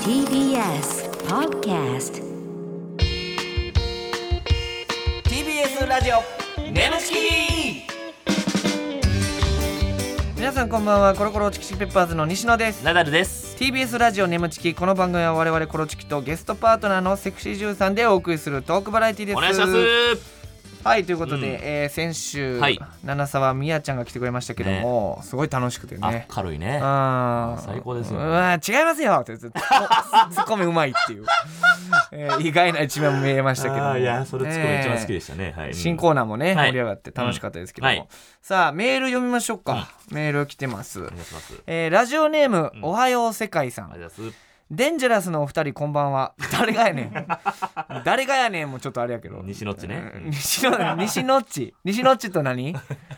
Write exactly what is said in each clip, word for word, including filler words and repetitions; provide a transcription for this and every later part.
ティービーエス Podcast ティービーエス ラジオネムチキ。皆さんこんばんは。コロコロチキチキペッパーズの西野です。 ナダルです。 ティービーエス ラジオネムチキ。この番組は我々コロチキとゲストパートナーのセクシージュンさんでお送りするトークバラエティです。 お願いします。 はい、ということで、うんえー、先週、はい、七沢みやちゃんが来てくれましたけども、ね、すごい楽しくてね、 明るいね。 あ最高ですよ、ね、 うわ違いますよってツッコミうまいっていう、えー、意外な一面も見えましたけども。 あいやそれツッコミ一番好きでしたね、 はい、新コーナーもね、はい、盛り上がって楽しかったですけども、うんはい、さあメール読みましょうか、うん、メール来てます。お願いします。えー、ラジオネーム、うん、おはよう世界さん。ありがとうございます。デンジャラスのお二人こんばんは。誰がやねん誰がやねんもちょっとあれやけど、 西のっちね、 西の西のっち西のっちと何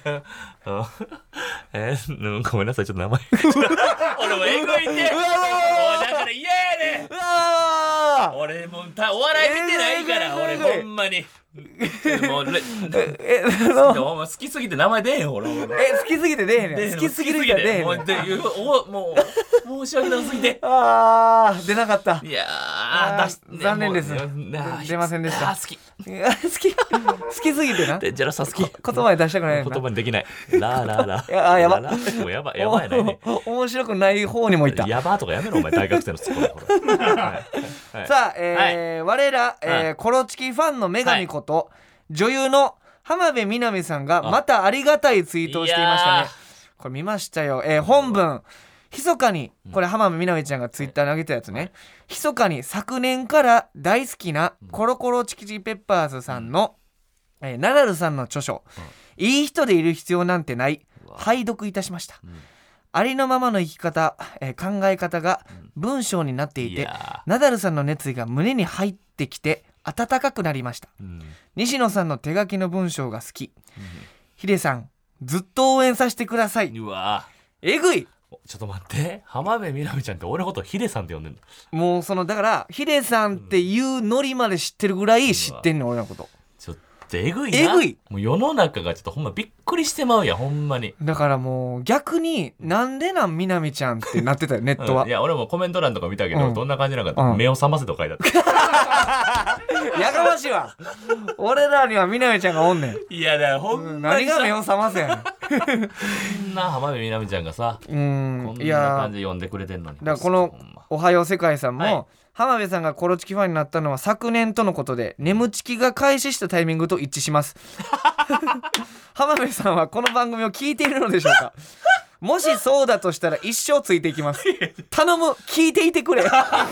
えー、ごめんなさいちょっと名前俺も英語言ってもうだから嫌やねん。うわ俺もうお笑い見てないから、俺ほんまにもうえ好きすぎて名前出えへん。俺え好きすぎて出えへん。好きすぎるから出えへん。もうもう申し訳なすぎてあー出なかった。 いやー出し残念です。出ませんでした。好き好き好きすぎてな。 デンジャラス好き。 言葉に出したくない。 言葉にできない。ラーラーラー。 あやば。 もうやばやばいないね。 面白くない方にもいた。 やばとかやめろお前大学生のツッコミ。 さあ、えー我ら、えー、コロチキファンの女神こと、はい、女優の浜辺美波さんがまたありがたいツイートをしていましたね。これ見ましたよ。えー、本文密かにこれ浜辺美波ちゃんがツイッターに上げたやつね。密かに昨年から大好きなコロコロチキチキペッパーズさんの、えー、ナダルさんの著書、うん、いい人でいる必要なんてない拝読いたしました、うん、ありのままの生き方、えー、考え方が文章になっていて、うん、ナダルさんの熱意が胸に入ってきて温かくなりました、うん、西野さんの手書きの文章が好き、うん、ヒデさんずっと応援させてください。 うわえぐい。 ちょっと待って、浜辺美波ちゃんって俺のことヒデさんって呼んでんの。 もうそのだからヒデさんっていうノリまで知ってるぐらい知ってんの、うん、俺のこと。 ちょっとえぐいな。 えぐい。 もう世の中がちょっとほんまびっくりしてまうやんほんまに。 だからもう逆になんでなんみなみちゃんってなってたよネットは、 うん、いや俺もコメント欄とか見たけど、うん、どんな感じなのか、うん、目を覚ませと書いてあったやかましいわ俺らにはみなみちゃんがおんねん。いやだからほんまに、 うん、何が目を覚ませやねんこんな浜辺美波ちゃんがさ、うん、こんな感じで呼んでくれてんのに。 だからこのおはよう世界さんも、はい、浜辺さんがコロチキファンになったのは昨年とのことで、眠チキが開始したタイミングと一致します浜辺さんはこの番組を聞いているのでしょうかもしそうだとしたら一生ついていきます頼む聞いていてくれい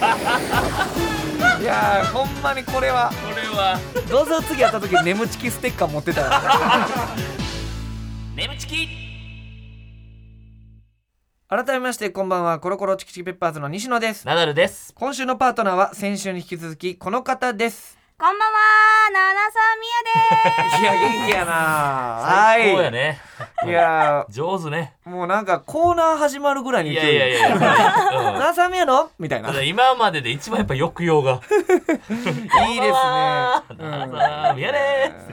やーほんまにこれはこれはどうぞ次会った時眠チキステッカー持ってたら眠チキ。 改めましてこんばんは。コロコロチキチキペッパーズの西野です。 ナダルです。 今週のパートナーは先週に引き続きこの方です。 こんばんは、七沢みやですいや元気やな最高やね。 いや上手ね。 もうなんかコーナー始まるぐらいにいやいやいや七沢みやのみたいな。 今までで一番やっぱ抑揚がいいですね。七沢みやです、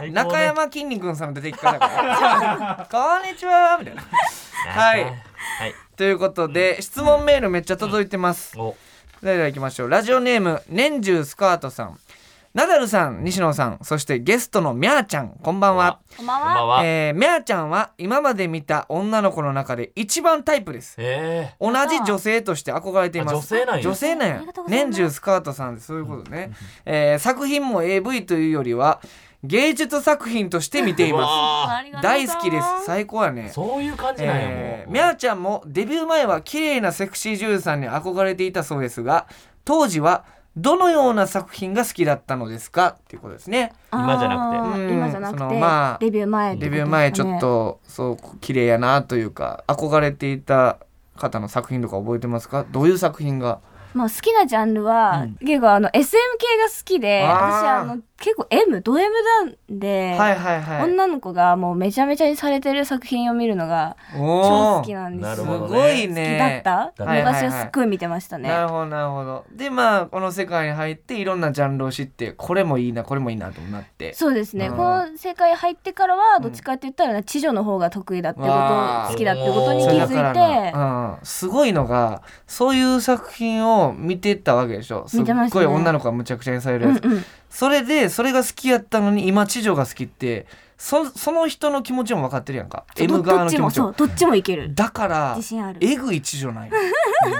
ね、中山きんに君さんの出てき方からこんにちはみたいなはい、はい、ということで質問メールめっちゃ届いてます、うん、では行きましょう。ラジオネーム年中スカートさん。ナダルさん、西野さん、そしてゲストのみゃーちゃん、こんばんは。 こんばんは。 えー、みゃーちゃんは今まで見た女の子の中で一番タイプです。 えー、同じ女性として憧れています。 女性なんや。 女性なんや。年中スカートさんでそういうことね、えー、作品も エーブイ というよりは芸術作品として見ています大好きです。最高やね。 そういう感じなんや、 えー、みゃーちゃんもデビュー前は綺麗なセクシー女優さんに憧れていたそうですが、当時はどのような作品が好きだったのですかっていうことですね。 今じゃなくて、 うん、今じゃなくて、 まあ、 デビュー前、 デビュー前ちょっとそう綺麗やなというか憧れていた方の作品とか覚えてますか？どういう作品が？ まあ、好きなジャンルは、うん、結構あの エスエム 系が好きで、私あの結構 M ド M なんで、 はいはいはい、 女の子がもうめちゃめちゃにされてる作品を見るのが超好きなんです。 すごいね。 好きだった、 はいはいはい、 昔はすっごい見てましたね。 なるほどなるほど。でまあこの世界に入っていろんなジャンルを知ってこれもいいなこれもいいなとなって。 そうですね、 うん、 この世界入ってからはどっちかって言ったら知女の方が得意だってこと、好きだってことに気づいて、 うん、すごいのがそういう作品を見てたわけでしょ。すっごい女の子がむちゃくちゃにされるやつ、うんうん、それでそれが好きやったのに今知女が好きって そ, その人の気持ちも分かってるやんか。 M 側の気持ちもどっちもいける。 だから自信ある。 えぐい知女ないの、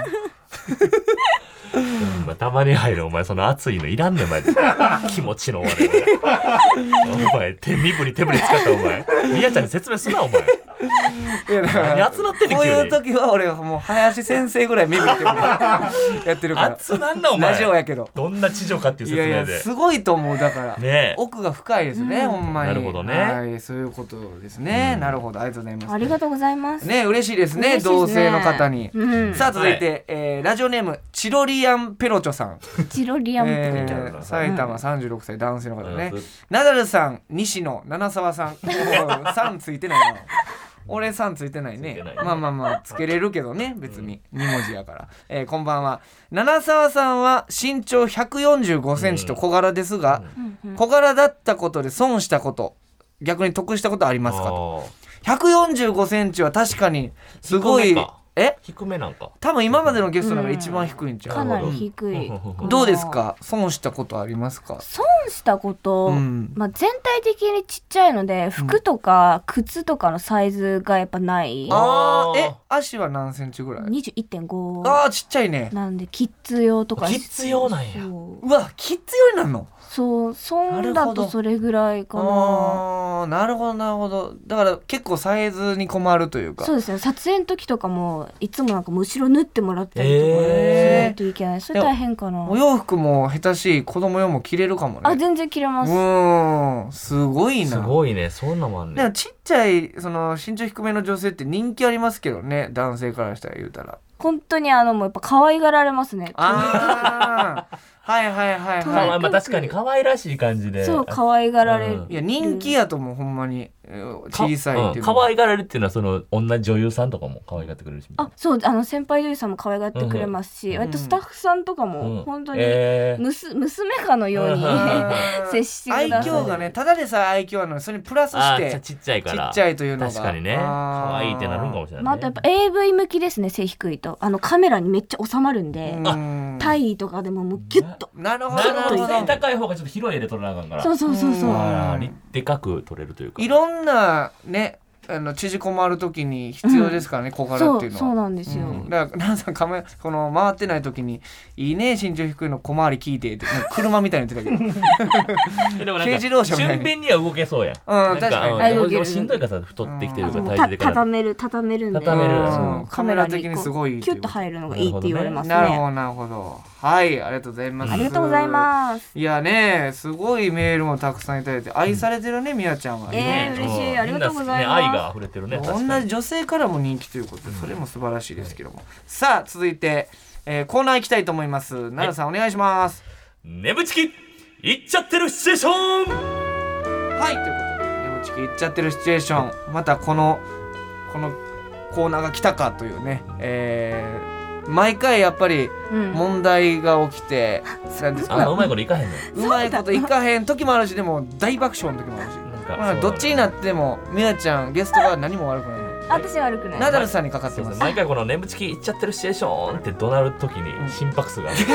うん、たまに入るお前その熱いのいらんねんお前気持ちの悪いお前手身振り手振り使ったお前みやちゃんに説明すなお前。 いやだから何集まってんねんこういう時は俺はもう林先生ぐらい耳振ってやってるから熱なんだお前。 ラジオやけどどんな知女かっていう説明で。 いやいやすごいと思う。だから、 ね、 奥が深いですね、うん、ほんまに。 なるほどね、 はい、そういうことですね、うん、なるほどありがとうございます。 ありがとうございますね、嬉しいですね、 嬉しいですね同性の方に、うん、さあ続いて、はい、えー、ラジオネームチロリアンペロチョさんチロリアンペロチョ、 えー、埼玉さんじゅうろくさい男性の方ね、うん、ナダルさん西野七沢さんさんついてないな俺さんついてないね。まあまあまあつけれるけどね別にに文字やから、えー、こんばんは。七沢さんは身長ひゃくよんじゅうごセンチと小柄ですが、うん、小柄だったことで損したこと逆に得したことありますかと。ひゃくよんじゅうごセンチは確かにすごいえ低めなんか多分今までのゲストの中で一番低いんちゃう、 かなり低い。 どうですか損したことありますか。 損したこと、うんまあ、全体的にちっちゃいので服とか靴とかのサイズがやっぱない、うん、 あーえ足は何センチぐらい。 にじゅういってんごあーちっちゃいね。 なんでキッズ用とかキッズ用なんや。 うわキッズ用になるの。 そう損だとそれぐらいかな。 あなるほどなるほど。だから結構サイズに困るというか。 そうですね撮影の時とかもいつもなんか後ろ縫ってもらったりとかしないといけない、えー、それ大変かな。 お洋服も下手しい子供用も着れるかもね。 あ全然着れます。 うんすごいな。 すごいねそんなもんね。 でもちっちゃいその身長低めの女性って人気ありますけどね男性からしたら言うたら本当にあのもうやっぱ可愛がられますね。 あはいはいはいはい、 まあ、確かに可愛らしい感じでそう可愛がられる、うん、 いや人気やともうほんまに小さいっていうか、うん、可愛がられるっていうのはその同じ女優さんとかも可愛がってくれるし。 あそうあの先輩女優さんも可愛がってくれますし、うん、割とスタッフさんとかも本当に、うんえー、むす娘かのように接してください。 愛嬌がねただでさえ愛嬌なのにそれにプラスしてちっちゃいからちっちゃいというのが確かにね可愛いってなるんかもしれない、ね。 まあ、あとやっぱ エーブイ 向きですね背低いとあのカメラにめっちゃ収まるんでタイとかでももうギュッとなるほど高い方がちょっと広い絵で撮らなあかんからそうそうそうそうあでかく撮れるというかいろんなねあの縮こまる時に必要ですからね、うん、小柄っていうのは。 そうそうなんですよ、うん、 だから皆さんカメこの回ってない時にいいね身長低いの小回り聞いてって車みたいに言ってたけどでもなんか軽自動車みたいに俊敏には動けそうやん。うん確かに、 ね、しんどいからさ太ってきてるから体重でから畳める畳めるんで畳める、 うん、カメラ的にすごいキュッと入るのがいいって言われますね。 なるほどなるほどはいありがとうございます。 ありがとうございます。 いやねすごいメールもたくさんいただいて愛されてるねみやちゃんはね。えー、嬉しいありがとうございます。 愛が溢れてるね。 同じ女性からも人気ということでそれも素晴らしいですけども、うん、さあ続いて、えー、コーナー行きたいと思います。奈良さん、はい、お願いします。 眠ちきいっちゃってるシチュエーション。 はいということで眠ちきいっちゃってるシチュエーションまたこのこのコーナーが来たかというね、えー、毎回やっぱり問題が起きて、 うん、なんですかあうまいこといかへんのうまいこといかへん時もあるしでも大爆笑の時もあるしまあ、どっちになってもみやちゃんゲストが何も悪くない。 私悪くない。 ナダルさんにかかってます。 毎回この眠ちきいっちゃってるシチュエーションって怒鳴るときに心拍数が、うん、さ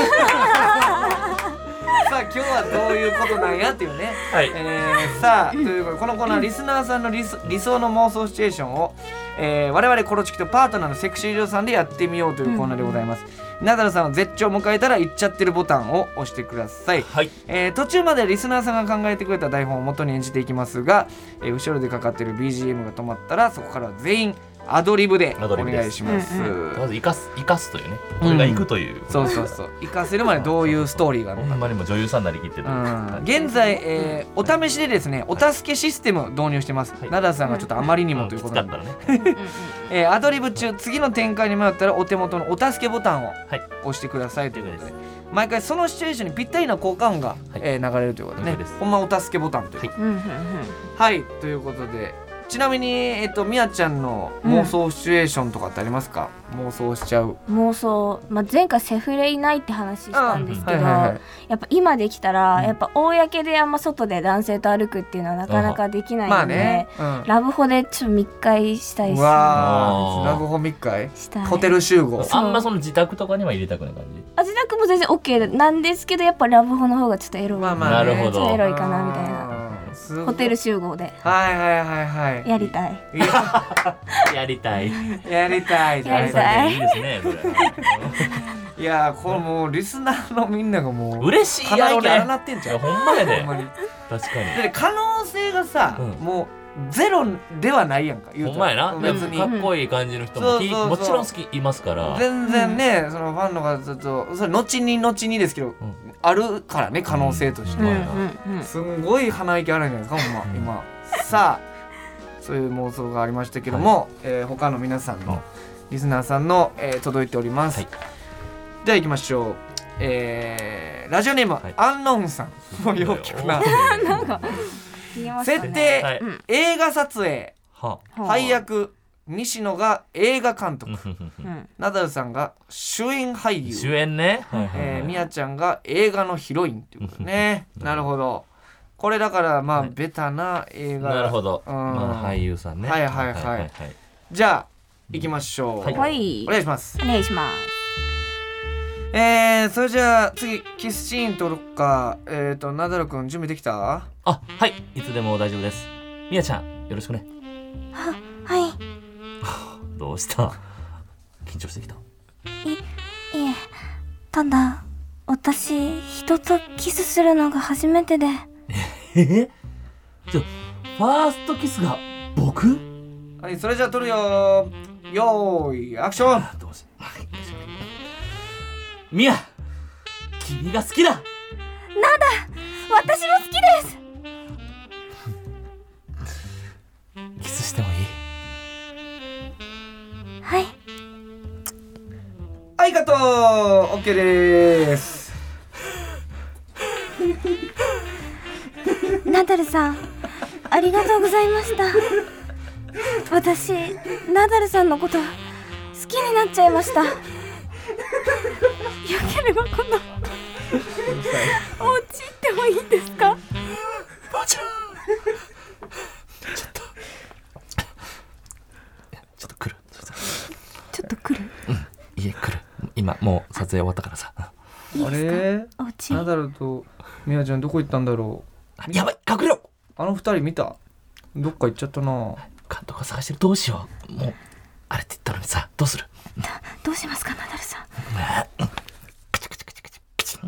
あ今日はどういうことなんやっていうね、 はいえー、さあということでこのコーナーリスナーさんの 理, 理想の妄想シチュエーションを、えー、我々コロチキとパートナーのセクシー女さんでやってみようというコーナーでございます、うん、ナダルさんは絶頂を迎えたらいっちゃってるボタンを押してください、 はいえー、途中までリスナーさんが考えてくれた台本を元に演じていきますが、えー、後ろでかかっている ビージーエム が止まったらそこからは全員アドリブでお願いします。 まず生かす生かすというね、これが行くという、 そうそうそう、生かせるまでどういうストーリーがあるのか。 ほんまにも女優さんになりきってる。 現在、えー、お試しでですね、お助けシステム導入してます。ナダルさんがちょっとあまりにもということなんで、えー、アドリブ中次の展開に迷ったらお手元のお助けボタンを押してくださいということで、毎回そのシチュエーションにぴったりな効果音が、えー、流れるということでね、ほんまお助けボタンということで、はい、ということで、ちなみに、えっと、みやちゃんの妄想シチュエーションとかってありますか？うん、妄想しちゃう妄想、まあ、前回セフレいないって話したんですけど、はいはいはい、やっぱ今できたら、うん、やっぱ公であんま外で男性と歩くっていうのはなかなかできないので、ね、うん、ラブホでちょっと密会したいですね。 わラブホ密会したい。ホテル集合。 あんまその自宅とかには入れたくない感じ？ あ、自宅も全然 OK なんですけど、やっぱラブホの方がちょっとエロい、まあまあね、ちょっとエロいかなみたいな。ホテル集合で、 はいはいはいはい、 やりたいやりたいやりたいやりたいいいですね、それいやこれもうリスナーのみんながもう嬉しいやろね、 叶なってんじゃん。 ほんまやで、ほんまに確かに。 で可能性がさ、うん、もうゼロではないやんか。 言うとほんまやな、別にかっこいい感じの人も、うん、もちろん好きいますから、 全然ね、そのファンの方ずっとそれ後に後にですけど、うん、あるからね、可能性として、うん、すんごい鼻息荒いんじゃないですか、ほんま今さあそういう妄想がありましたけども、はい、えー、他の皆さんの、うん、リスナーさんの、えー、届いております、はい、では行きましょう。えー、ラジオネーム、はい、アンノーンさん、もうよく聞くななんか設定、はい、映画撮影、は配役西野が映画監督、ナダルさんが主演俳優、 主演ね、 えー、みやちゃんが映画のヒロインっていうことねなるほど。これだからまあ、はい、ベタな映画、 なるほど、うん、まあ、俳優さんね、 はいはいはい、はいはいはい、じゃあ行きましょう、 はい、 お願いします。 お願いします。 えー、それじゃあ次キスシーン撮るか。えーとナダルくん準備できた？ あ、はい、いつでも大丈夫です。みやちゃんよろしくね。 は、はいどうした？緊張してきた？ い、いえ、ただ私人とキスするのが初めてで。 え？じゃファーストキスが僕？ はい、それじゃあ撮るよ。よーいアクション。どうしみや、君が好きだ。なんだ、 私も好きです。 キスしてもいい？ はい。 ありがとう。オッケーです。 ナダルさん、ありがとうございました。私、ナダルさんのこと好きになっちゃいました。よければこのお家行ってもいいですか？ ばあちゃん、ちょっとちょっと来る。 ちょっと来る？ うん、家来る。今もう撮影終わったからさ。 いいですか？あれ？お家？ナダルとみやちゃんどこ行ったんだろう。やばい、隠れろ。 あの二人見た？どっか行っちゃったな。 監督が探してる。どうしよう。もうあれって言ったのにさ、どうする？ どうしますか、ナダルさん。 クチクチクチクチクチ。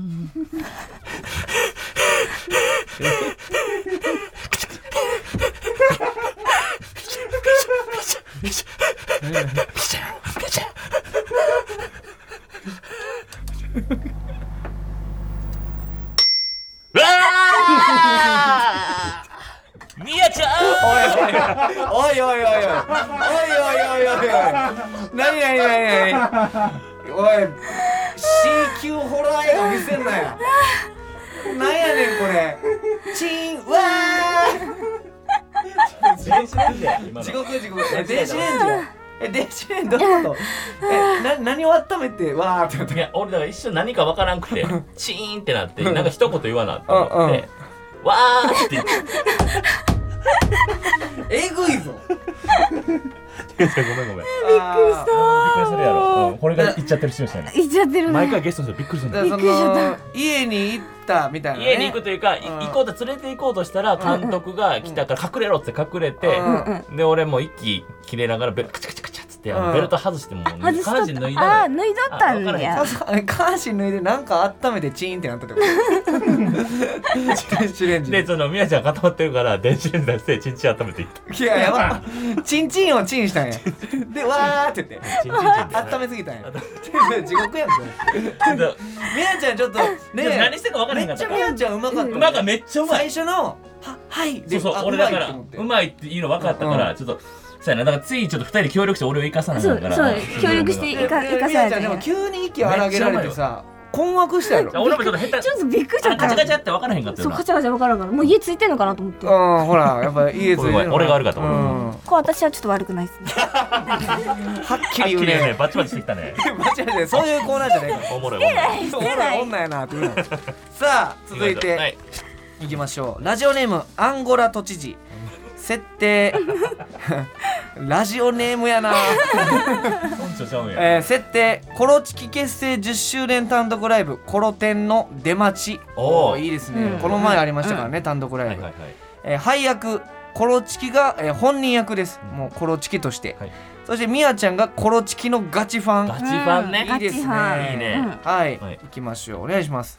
みやちゃん。 おいおいおいおいおいおいおいおいおいおいおい。なになになになに。おい C 級ホラー映画見せんなよ。なんやねんこれ。チーンわー。電子レンジや。地獄地獄。え電子レンジや。え電子レンジどういうこと？えな何を温めてわーってなって。 いや俺だから一瞬何かわからんくてチーンってなってなんか一言言わなって思って。わーって言ってえぐいぞ。 ごめんごめん。びっくりした。びっくりするやろ、うん、これが言っちゃってる人じゃない。 言っちゃってるね。 毎回ゲストの人びっくりするんだよ。 その家に行ったみたいな、ね、 家に行くというか、うん、行こうと連れて行こうとしたら監督が来たから隠れろって隠れて、うん、で俺も息切れながらベルカチャカチャカチャっつってってベルト外しても下半身脱いだああ脱いどったんや下半身脱いでなんか温めてチーンってなったってこと電子レンジでそのみやちゃん固まってるから電子レンジ出してチンチン温めていったいややばチンチンをチンしたんやでわーって言ってチンチンチン温めすぎたんや地獄やんみやちゃんちょっとね何してるか分からへんかっためっちゃみやちゃんうまかったうまかめっちゃうまい最初のははいそうそう俺だからうまいっていうの分かったからちょっとそうやなだからついちょっとふたりで協力して俺を生かさないからそうそう協力して生か生かされてでも急に息を荒げられてさ困惑したやろ俺もちょっと下手ちょっとびっくりしちゃったガチャガチャって分からへんかったよなそうガチャガチャ分からんからもう家ついてんのかなと思ってうんほらやっぱ家ついてる俺が悪かった俺こう私はちょっと悪くないですねはっきり言うねバチバチしてきたねバチバチそういうコーナーじゃないからおもろいおもろい女やなって言うなさあ続いていきましょうラジオネームアンゴラ都知事設定ラジオネームやなえー、設定コロチキ結成じゅっしゅうねん単独ライブコロテンの出待ちおーいいですね、うん、この前ありましたからね、うん、単独ライブ、はいはいはいえー、配役コロチキが、えー、本人役です、うん、もうコロチキとして、はい、そしてみやちゃんがコロチキのガチファンガチファンね、 うん、いいですねいいね、 うん、はい、はい、行きましょうお願いします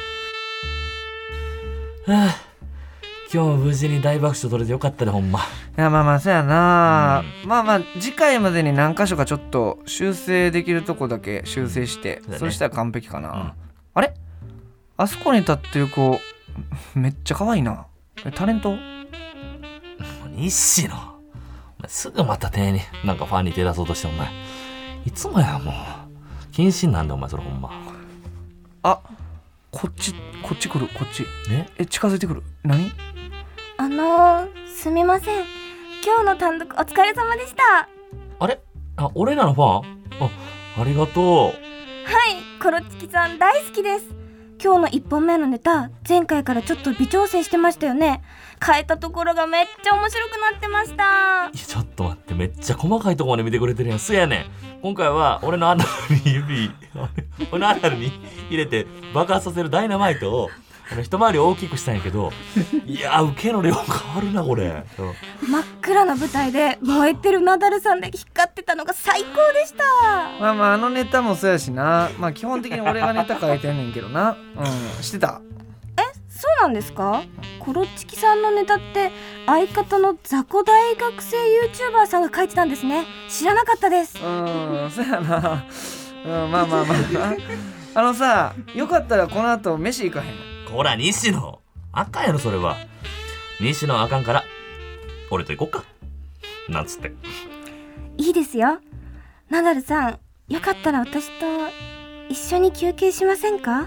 はあ今日も無事に大爆笑取れてよかったねほんまいやまあまあそうやな、うん、まあまあ次回までに何箇所かちょっと修正できるとこだけ修正して、うん そ, ね、そしたら完璧かな、うん、あれあそこに立ってる子めっちゃ可愛いなタレント西野お前すぐまた手になんかファンに手出そうとしてお前いつもやもう謹慎なんだお前それほんまあこっちこっち来るこっちええ近づいてくる何あのー、すみません今日の単独お疲れ様でしたあれあ俺らのファンあありがとうはいコロチキさん大好きです今日のいっぽんめのネタ前回からちょっと微調整してましたよね変えたところがめっちゃ面白くなってましたいやちょっと待ってめっちゃ細かいところまで見てくれてるやんそうやねん今回は俺のアナルに指俺のアナルに入れて爆発させるダイナマイトを一回り大きくしたんやけどいや受けの量変わるなこれ真っ暗な舞台で燃えてるナダルさんで光ってたのが最高でしたまあまああのネタもそうやしなまあ基本的に俺がネタ書いてんねんけどなうんしてたえそうなんですかコロチキさんのネタって相方の雑魚大学生 YouTuber さんが書いてたんですね知らなかったですうんそうやなうんまあまあまああのさよかったらこの後飯行かへんほら西野あかんやろそれは西野あかんから俺と行こっかなんつっていいですよナダルさんよかったら私と一緒に休憩しませんか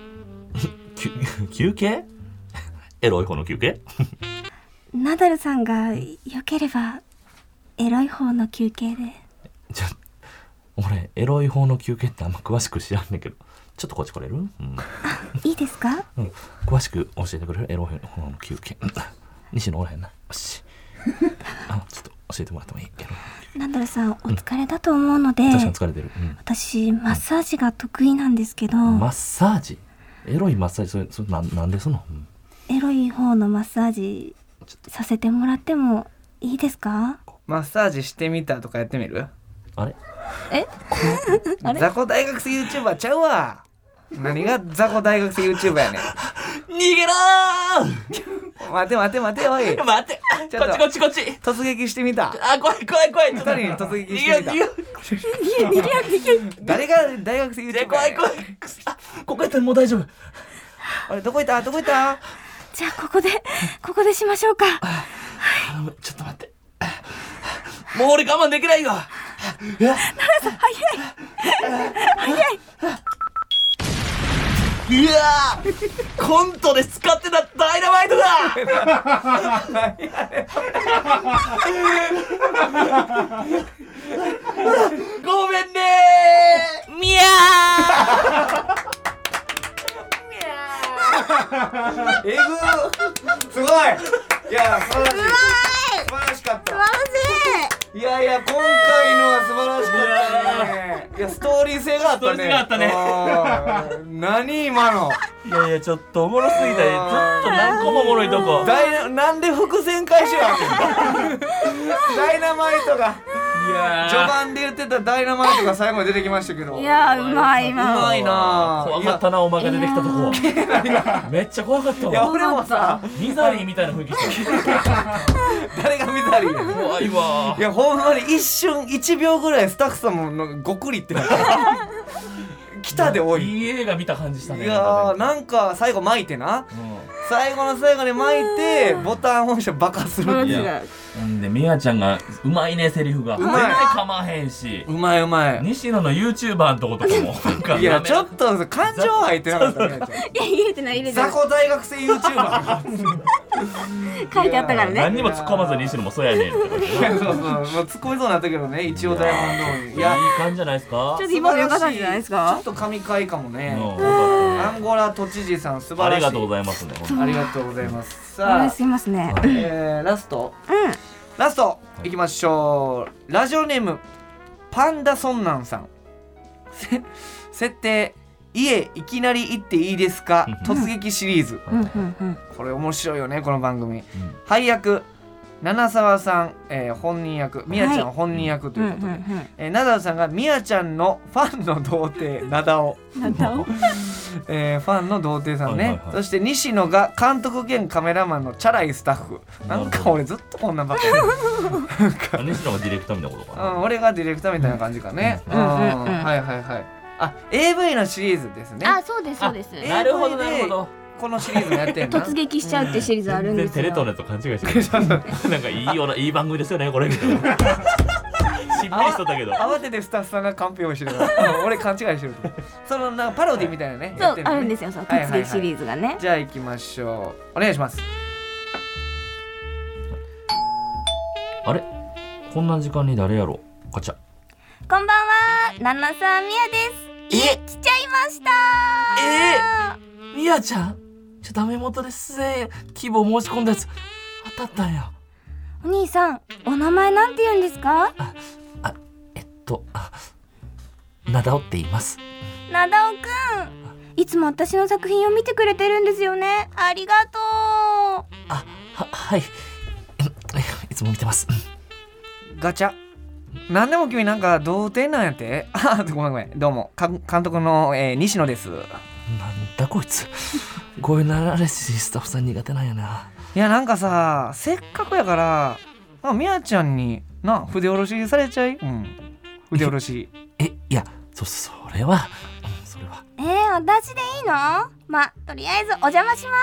休憩エロい方の休憩ナダルさんがよければエロい方の休憩でちょ俺エロい方の休憩ってあんま詳しく知らんねんけどちょっとこっち来れる、うん、 いいですか、 うん、詳しく教えてくれるエロい方の休憩西野おらへんなよしあちょっと教えてもらってもいいエロいナダルさんお疲れだと思うので、 うん、確かに疲れてる、うん、 私マッサージが得意なんですけど、 うん、マッサージエロいマッサージそれそれ な, なんでその、うん、 エロい方のマッサージさせてもらってもいいですかマッサージしてみたとかやってみるあれえ雑魚大学生 YouTuber ちゃうわ何が雑魚大学生 YouTuber やねん逃げろー待て待て待ておい待ってちょっとこっちこっちこっち突撃してみたあ怖い怖い怖い二人に突撃してみた逃げ逃げ逃げ誰が大学生 YouTuber やねん怖い怖いここやったらもう大丈夫あれどこいたどこいたじゃあここでここでしましょうかはいちょっと待ってもう俺我慢できないよナダルさん早い早いうわコントで使ってたダイナマイトだごめんねーみやーえぐすごいいや素晴らしい素晴らしかった素晴らしいいやいや今回のは素晴らしかったねいやストーリー性があったねストーリー性があったね何今のいやいやちょっとおもろすぎたねずっと何個もおもろいとこダイナなんで伏線回収あるのダイナマイトが序盤で言ってたダイナマイトが最後に出てきましたけど、 いやうまいな、 うまいな。 怖かったな、お前が出てきたとこめっちゃ怖かったわ。 いや俺もさミザリーみたいな雰囲気した誰がミザリーや。 怖いわ。 いやほんまに一瞬いちびょうぐらいスタッフさんものごくりってなった来たでおい。 いい映画見た感じしたね。 いやーなんか最後巻いてな、うん、最後の最後に巻いてボタン押して爆発するっていう。 んでみやちゃんがうまいね、セリフがうまい、 かまへんし、 うまいうまい。 西野の YouTuber のとことかもなんかいやちょっと感情入ってなかったね。 いや入れてない入れてない。 雑魚大学生 YouTuber 書いてあったからね。 何にも突っ込まず西野もそうやねんってことでそうそう、もう突っ込みそうになったけどね、一応ダイヤモンド通り。 いやいい感じじゃないですか。 ちょっと今の良かったんじゃないですか。 ちょっと神回かもね。 アンゴラ都知事さん素晴らしい。 ありがとうございますね。 ありがとうございます。さあすいませんね。 えー、ラスト。うん。ラストいきましょう。ラジオネームパンダソンナンさん。設定家いきなり行っていいですか突撃シリーズ。これ面白いよねこの番組。うん、配役七沢さん、えー、本人役、みやちゃん本人役ということで、えー、ナダオさんがみやちゃんのファンの童貞ナダオナダオ、えー、ファンの童貞さんね、はいはいはい、そして西野が監督兼カメラマンのチャラいスタッフ。なんか俺ずっとこんなんばっかり西野がディレクターみたいなことかな、 うん、俺がディレクターみたいな感じかね。はいはいはい。あ、エーブイ のシリーズですね。 あ、そうですそうです。 なるほどなるほど。 このシリーズもやってんな。 突撃しちゃうってシリーズあるんですよ。 テレ東のやつと勘違いしてる。なんかいいようないい番組ですよねこれみたいな。しんみりしとったけど。 慌ててスタッフさんがカンペをしてるから。俺勘違いしてる。そのなんかパロディみたいなね。 そうあるんですよ。その突撃シリーズがね。 じゃあ行きましょう。お願いします。 あれ？こんな時間に誰やろ？こちゃ。 こんばんは。ナナさんみやです。 え？ 来ちゃいました。 えー、みやちゃん？ちょダメ元ですね。希望申し込んだやつ当たったんや。 お兄さん、お名前なんて言うんですか？ あ、あえっとあなだおって言います。 なだおくん、いつも私の作品を見てくれてるんですよね。ありがとう。 あ、は、はい。いつも見てます。 ガチャ。なんでも君なんか童貞なんやって。あ、ごめんごめん。どうも監督の、えー、西野です。 なんだこいつ。こういうなられしスタッフさん苦手なんやな。 いやなんかさ、せっかくやからあみやちゃんにな筆下ろしされちゃい。うん。筆下ろし。 え、いや、そそれは、うん、それは。 えー、私でいいの？ま、とりあえずお邪魔します。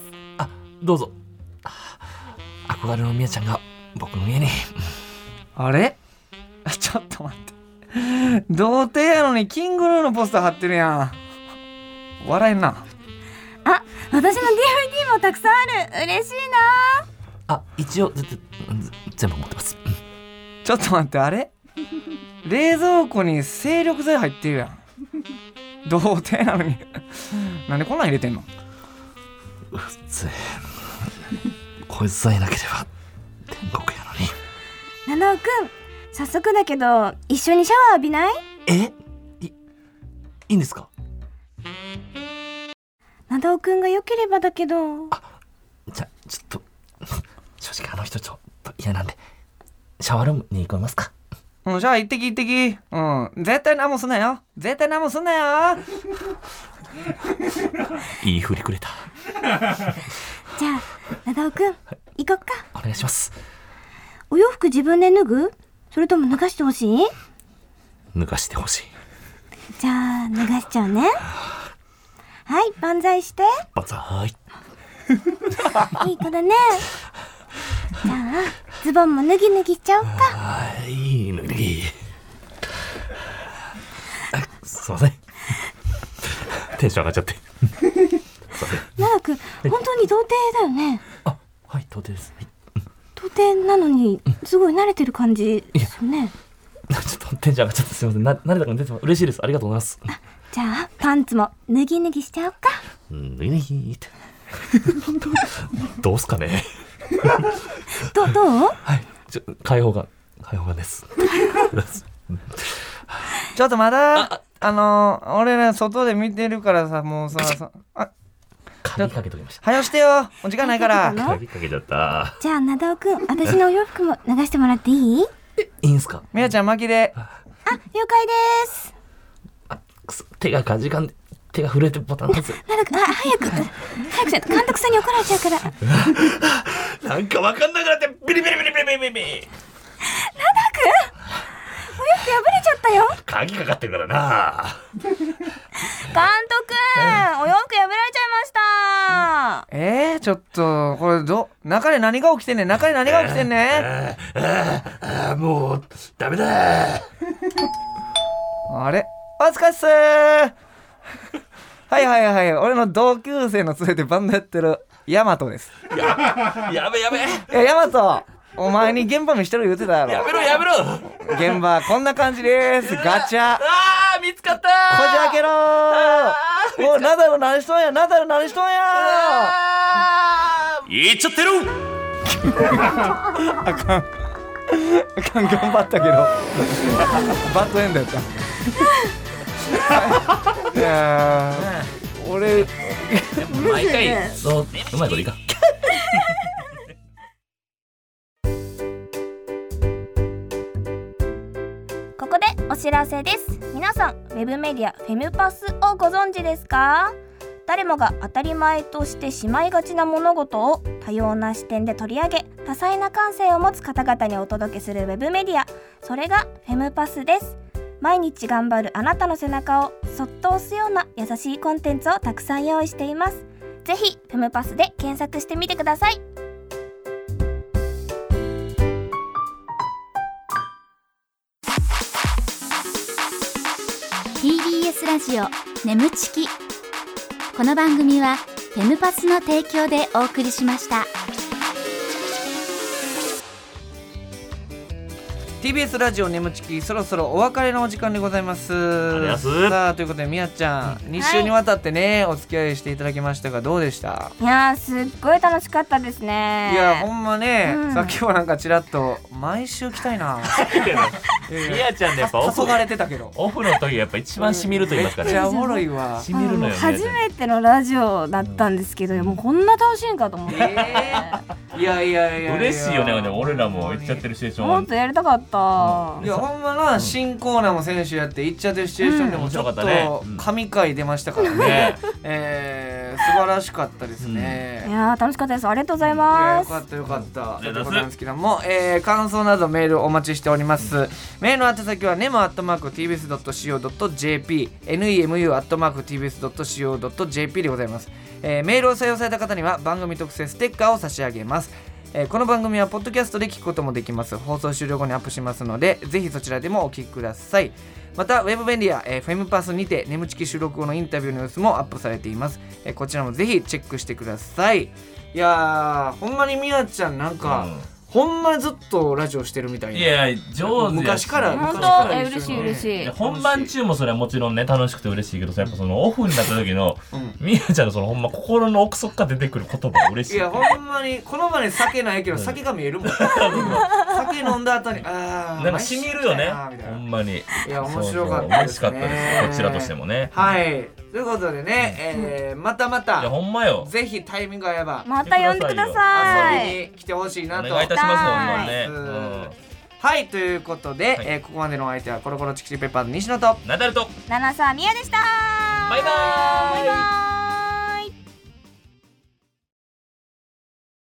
あ、どうぞ。憧れのみやちゃんが僕の家に。 あれ？ちょっと待って。童貞やのにキングルーのポスター貼ってるやん。笑えんな。 あ、私の ディーブイディー もたくさんある。嬉しいな。あ、一応全部持ってます。 ちょっと待って、あれ？冷蔵庫に精力剤入ってるやん。童貞なのになんでこんなん入れてんの？ うっぜえ。こいつさえなければ天国やのに。 七尾くん、早速だけど一緒にシャワー浴びない？ え？い、いいんですか？ 七尾くんが良ければだけど。 あ、じゃちょっと正直あの人ちょっと嫌なんでシャワールームに行きますか？ うん、じゃあ行ってき行ってき。うん、絶対何もすんなよ。絶対何もすんなよ。 いい振りくれた。 じゃあ七尾くん、はい、行こっか。 お願いします。 お洋服自分で脱ぐ？それとも脱がしてほしい？ 脱がしてほしい。 じゃあ脱がしちゃうね。はい、万歳して。 万歳。 いい子だね。じゃあズボンも脱ぎ脱ぎしちゃおうか。 はい、脱ぎ。すいません。テンション上がっちゃって。 奈良くん、本当に童貞だよね。 あ、はい、童貞です。はい、 童貞なのにすごい慣れてる感じですよね。 ちょっとテンション上がっちゃってすみません。な慣れたから出て嬉しいです。ありがとうございます。 あ、じゃあパンツも脱ぎ脱ぎしちゃおうか。 脱ぎ脱ぎって。どうすかね。 どどう？ はい、ちょ開放感開放感です。 ちょっとまだ あ, あのー、俺ら外で見てるからさ、もうささあ鍵かけときました。 早してよ、お時間ないから。 鍵かけちゃった。 じゃあなだおくん、私のお洋服も脱がしてもらっていい？ えいいんすか。 みやちゃん巻きで。 あ、了解です。 あ、くそ手がかじかんで手が震えてボタン押す。 なんかあ早く早くせんと監督さんに怒られちゃうから。 なんかわかんなくなってビリビリビリビリビリビリ。 ナダ君、お洋服破れちゃったよ。 鍵かかってるからな。 監督、お洋服破られちゃいました。 えー、ちょっとこれど中で何が起きてんねん中で何が起きてんねん。 あーあーもうダメだ。 あれお疲れっすー。はいはいはい、俺の同級生の連れてバンドやってるヤマトです。 や, やべやべ。 えヤマト、お前に現場見してる言ってたやろ。 やめろやめろ。 現場こんな感じです。ガチャ。 あー見つかった。 こじ開けろー。おナダル何しとんや、ナダル何しとんや。 言っちゃってる。 あかんあかん、頑張ったけどバッドエンドやったいやー俺毎回そううまいこといいか。 ここでお知らせです。皆さん、ウェブメディアフェムパスをご存知ですか？誰もが当たり前としてしまいがちな物事を多様な視点で取り上げ、多彩な感性を持つ方々にお届けするウェブメディア、それがフェムパスです。毎日頑張るあなたの背中をそっと押すような優しいコンテンツをたくさん用意しています。ぜひフェムパスで検索してみてください。 ティービーエス ラジオ眠ちき。この番組はフェムパスの提供でお送りしました。 ティービーエス ラジオ眠ちき、そろそろお別れのお時間でございます。 ありがとうございます。 さあということでみやちゃん、に週にわたってね、はい、お付き合いしていただきましたがどうでした？ いやーすっごい楽しかったですね。 いやほんまね、うん、さっきもなんかちらっと毎週来たいなみやちゃんでやっぱオフ誘われてたけど、 オフの時やっぱ一番しみると言いますからね。 めっちゃおもろいわ。 しみるのよ。 初めてのラジオだったんですけど、うん、もうこんな楽しいんかと思って、えー、いやいやいや嬉しいよね。俺らも行っちゃってるシチュエーションもっとやりたかった、 うん、いやほんまな、新コーナーも選手やって行っちゃってるシチュエーションでもちょっと神回出ましたからね、うん、えー、素晴らしかったですね、うん、 いや楽しかったです。ありがとうございます。 いやよかったよかった、うん、ということなんですけども、えー、感想などメールお待ちしております、うん、メールの宛先は ネムアットマークティービーエスドットシーオードットジェーピー ネムアットマークティービーエスドットシーオードットジェーピー でございます、えー、メールを採用された方には番組特製ステッカーを差し上げます。えー、この番組はポッドキャストで聞くこともできます。放送終了後にアップしますので、ぜひそちらでもお聞きください。またウェブメディア、えー、フェムパスにて眠ちき収録後のインタビューの様子もアップされています、えー、こちらもぜひチェックしてください。いやーほんまにみやちゃんなんか、うん、ほんまずっとラジオしてるみたいな。 いや上手やし昔から本当昔から嬉しい嬉しい。 本番中もそれはもちろんね楽しくて嬉しいけどさ、やっぱそのオフになった時の、うん、みやちゃんのそのほんま心の奥底から出てくる言葉嬉しい。 いやほんまにこの場で酒ないけど酒が見えるもん酒飲んだ後にあーなんかしみるよねほんまに。 いや面白かったですね。 そうそう嬉しかったですこちらとしてもね。 はいということでね、えー、またまたいやほんまよぜひタイミング合えばまた呼んでください。 遊びに来てほしいなとお願いいたしますほんまにね、うん、 はいということで、はい、えー、ここまでのお相手はコロコロチキチキペッパーズ西野とナダルと七沢美也でした。 バイバーイ。 バイバーイ。